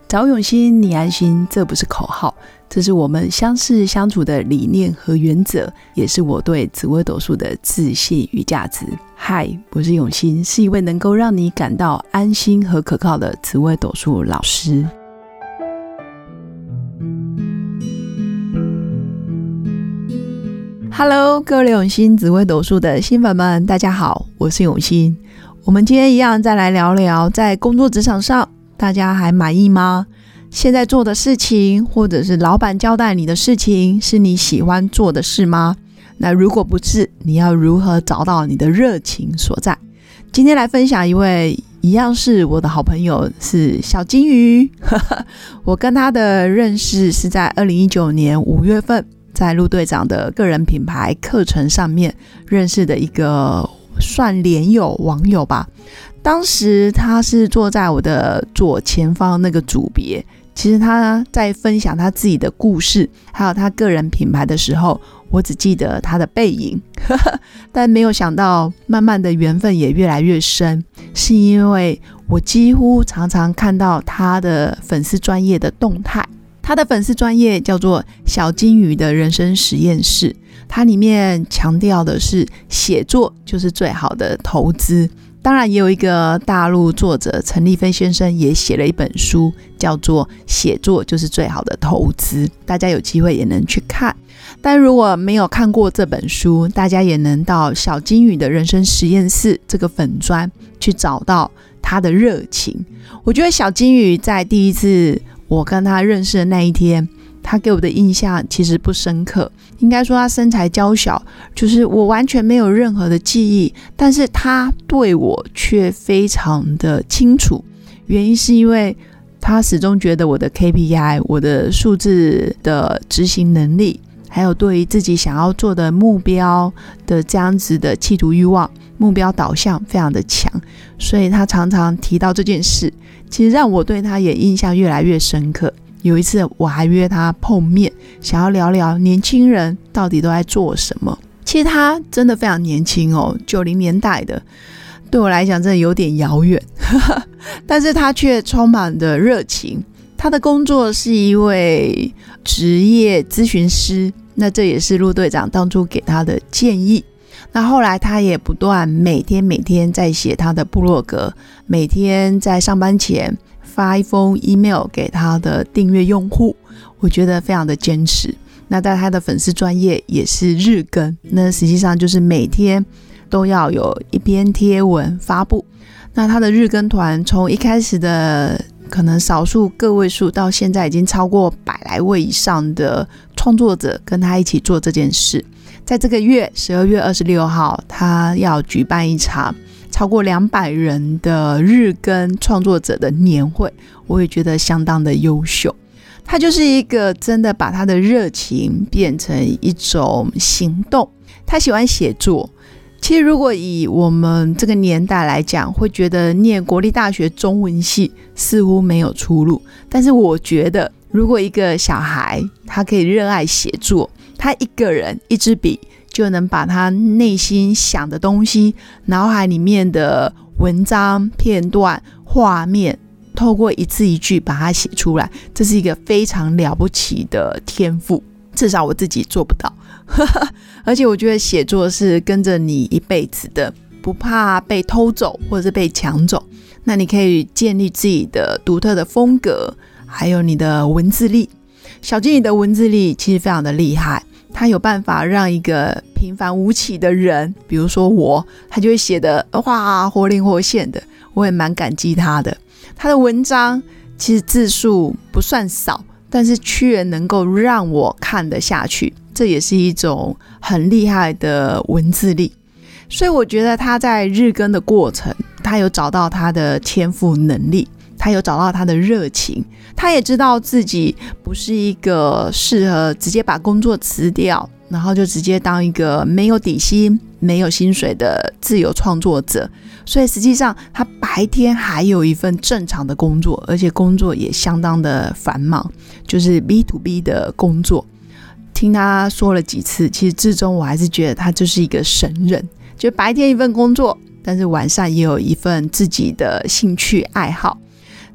找永新，你安心，这不是口号，这是我们相识相处的理念和原则，也是我对紫微斗数的自信与价值。嗨，我是永新，是一位能够让你感到安心和可靠的紫微斗数老师。Hello， 各位永新紫微斗数的新粉们，大家好，我是永新。我们今天一样再来聊聊，在工作职场上，大家还满意吗？现在做的事情，或者是老板交代你的事情，是你喜欢做的事吗？那如果不是，你要如何找到你的热情所在？今天来分享一位一样是我的好朋友，是小金鱼。我跟他的认识是在2019年5月份，在陆队长的个人品牌课程上面认识的一个算连友网友吧。当时他是坐在我的左前方那个组别，其实他在分享他自己的故事还有他个人品牌的时候，我只记得他的背影但没有想到慢慢的缘分也越来越深，是因为我几乎常常看到他的粉丝专页的动态。他的粉丝专页叫做小金鱼的人生实验室，它里面强调的是写作就是最好的投资。当然也有一个大陆作者陈立飞先生也写了一本书，叫做写作就是最好的投资，大家有机会也能去看。但如果没有看过这本书，大家也能到小金鱼的人生实验室这个粉专去找到他的热情。我觉得小金鱼在第一次我跟他认识的那一天，他给我的印象其实不深刻，应该说他身材娇小，就是我完全没有任何的记忆，但是他对我却非常的清楚。原因是因为他始终觉得我的 KPI， 我的数字的执行能力，还有对于自己想要做的目标的这样子的企图欲望，目标导向非常的强，所以他常常提到这件事，其实让我对他也印象越来越深刻。有一次我还约他碰面，想要聊聊年轻人到底都在做什么。其实他真的非常年轻哦，90年代的，对我来讲真的有点遥远但是他却充满着热情。他的工作是一位职业咨询师，那这也是陆队长当初给他的建议。那后来他也不断每天在写他的部落格，每天在上班前发一封 email 给他的订阅用户，我觉得非常的坚持。那在他的粉丝专页也是日更，那实际上就是每天都要有一篇贴文发布。那他的日更团从一开始的可能少数个位数，到现在已经超过100来位以上的创作者跟他一起做这件事。在这个月12月26号，他要举办一场超过200人的日更创作者的年会，我也觉得相当的优秀。他就是一个真的把他的热情变成一种行动。他喜欢写作，其实如果以我们这个年代来讲，会觉得念国立大学中文系似乎没有出路，但是我觉得如果一个小孩他可以热爱写作，他一个人一支笔就能把他内心想的东西，脑海里面的文章片段画面，透过一字一句把它写出来，这是一个非常了不起的天赋，至少我自己做不到而且我觉得写作是跟着你一辈子的，不怕被偷走或者是被抢走。那你可以建立自己的独特的风格，还有你的文字力。小金鱼的文字力其实非常的厉害，他有办法让一个平凡无奇的人，比如说我，他就会写得哇活灵活现的，我也蛮感激他的。他的文章其实字数不算少，但是却能够让我看得下去，这也是一种很厉害的文字力。所以我觉得他在日更的过程，他有找到他的天赋能力，他有找到他的热情，他也知道自己不是一个适合直接把工作辞掉，然后就直接当一个没有底薪没有薪水的自由创作者。所以实际上他白天还有一份正常的工作，而且工作也相当的繁忙，就是 B to B 的工作。听他说了几次，其实至终我还是觉得他就是一个神人，就白天一份工作，但是晚上也有一份自己的兴趣爱好。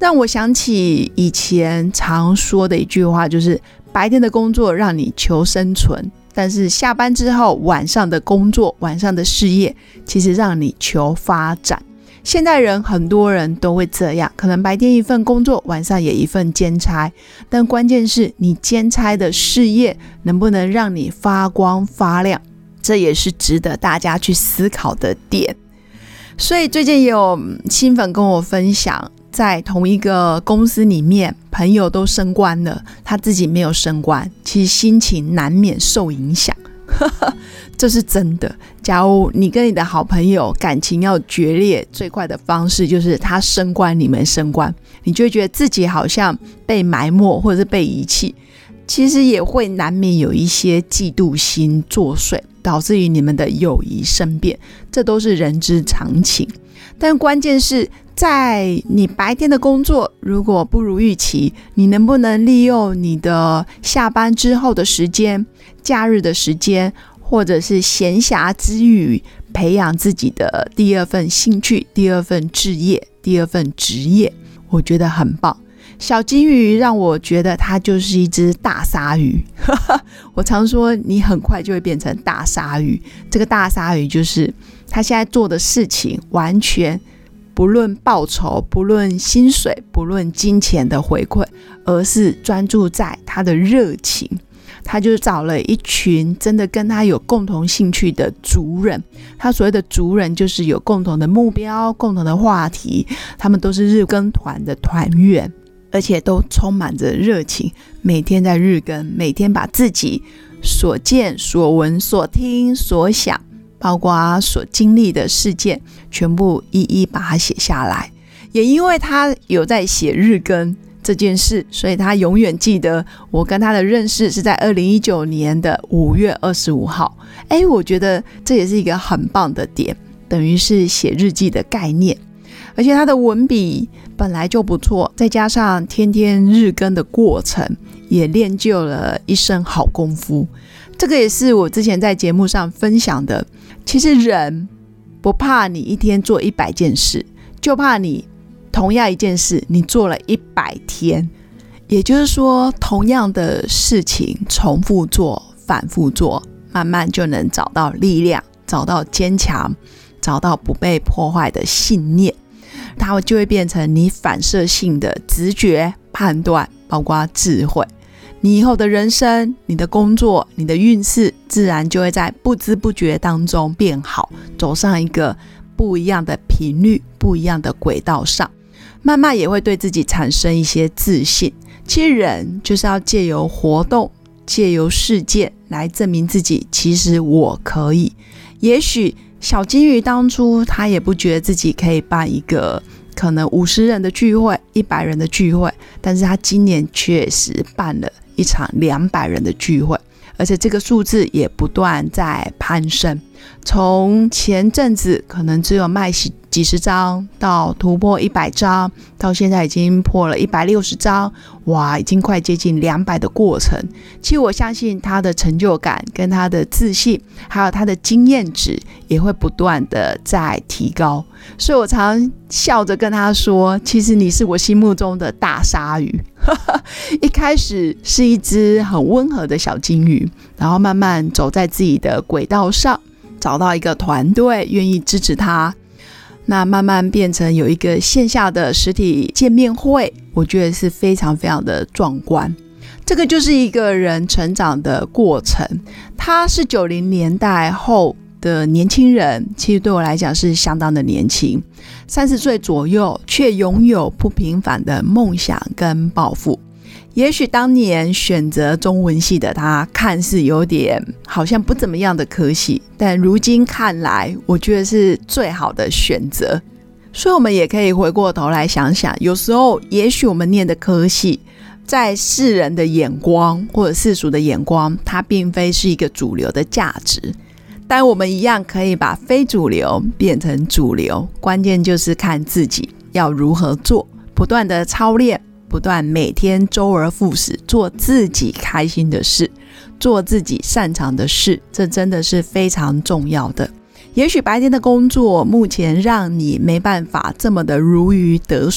让我想起以前常说的一句话，就是白天的工作让你求生存，但是下班之后晚上的工作，晚上的事业其实让你求发展。现代人很多人都会这样，可能白天一份工作，晚上也一份兼差，但关键是你兼差的事业能不能让你发光发亮，这也是值得大家去思考的点。所以最近也有新粉跟我分享，在同一个公司里面，朋友都升官了，他自己没有升官，其实心情难免受影响。这是真的。假如你跟你的好朋友感情要决裂，最快的方式就是他升官你没升官，你就会觉得自己好像被埋没或者是被遗弃，其实也会难免有一些嫉妒心作祟，导致于你们的友谊生变，这都是人之常情。但关键是在你白天的工作如果不如预期，你能不能利用你的下班之后的时间、假日的时间，或者是闲暇之余，培养自己的第二份兴趣、第二份志业、第二份职业，我觉得很棒。小金鱼让我觉得它就是一只大鲨鱼我常说你很快就会变成大鲨鱼，这个大鲨鱼就是他现在做的事情完全不论报酬，不论薪水，不论金钱的回馈，而是专注在他的热情。他就找了一群真的跟他有共同兴趣的族人，他所谓的族人就是有共同的目标、共同的话题，他们都是日更团的团员，而且都充满着热情，每天在日更，每天把自己所见所闻所听所想，包括所经历的事件，全部一一把它写下来。也因为他有在写日更这件事，所以他永远记得我跟他的认识是在2019年的5月25号。我觉得这也是一个很棒的点，等于是写日记的概念。而且他的文笔本来就不错，再加上天天日更的过程，也练就了一身好功夫。这个也是我之前在节目上分享的，其实人不怕你一天做100件事，就怕你同样一件事你做了100天。也就是说，同样的事情重复做、反复做，慢慢就能找到力量，找到坚强，找到不被破坏的信念，它就会变成你反射性的直觉、判断，包括智慧。你以后的人生、你的工作、你的运势，自然就会在不知不觉当中变好，走上一个不一样的频率、不一样的轨道上，慢慢也会对自己产生一些自信。其实人就是要借由活动、借由事件来证明自己，其实我可以。也许小金鱼当初他也不觉得自己可以办一个可能50人的聚会、100人的聚会，但是他今年确实办了一场200人的聚会，而且这个数字也不断在攀升。从前阵子可能只有卖几十张，到突破100张，到现在已经破了160张，哇，已经快接近200的过程。其实我相信他的成就感跟他的自信，还有他的经验值也会不断的在提高。所以我常笑着跟他说，其实你是我心目中的大鲨鱼一开始是一只很温和的小金鱼，然后慢慢走在自己的轨道上，找到一个团队愿意支持他，那慢慢变成有一个线下的实体见面会，我觉得是非常非常的壮观。这个就是一个人成长的过程。他是90年代后的年轻人，其实对我来讲是相当的年轻，30岁左右，却拥有不平凡的梦想跟抱负。也许当年选择中文系的他，看似有点好像不怎么样的科系，但如今看来，我觉得是最好的选择。所以我们也可以回过头来想想，有时候也许我们念的科系，在世人的眼光或者世俗的眼光，它并非是一个主流的价值，但我们一样可以把非主流变成主流。关键就是看自己要如何做，不断的操练，不断每天周而复始，做自己开心的事，做自己擅长的事，这真的是非常重要的。也许白天的工作目前让你没办法这么的如鱼得水，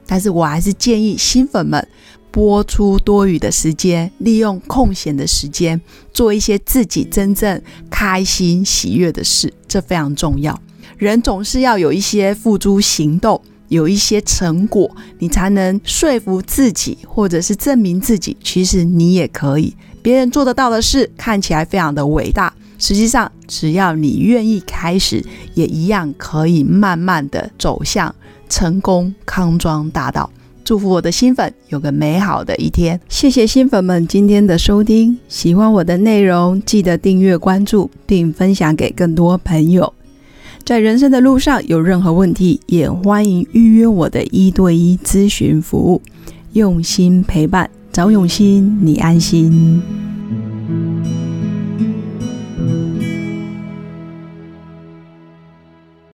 但是我还是建议新粉们拨出多余的时间，利用空闲的时间做一些自己真正开心喜悦的事，这非常重要。人总是要有一些付诸行动，有一些成果，你才能说服自己，或者是证明自己其实你也可以。别人做得到的事看起来非常的伟大，实际上只要你愿意开始，也一样可以慢慢的走向成功康庄大道。祝福我的新粉有个美好的一天。谢谢新粉们今天的收听，喜欢我的内容记得订阅关注并分享给更多朋友。在人生的路上有任何问题，也欢迎预约我的1对1咨询服务，用心陪伴，找永新，你安心。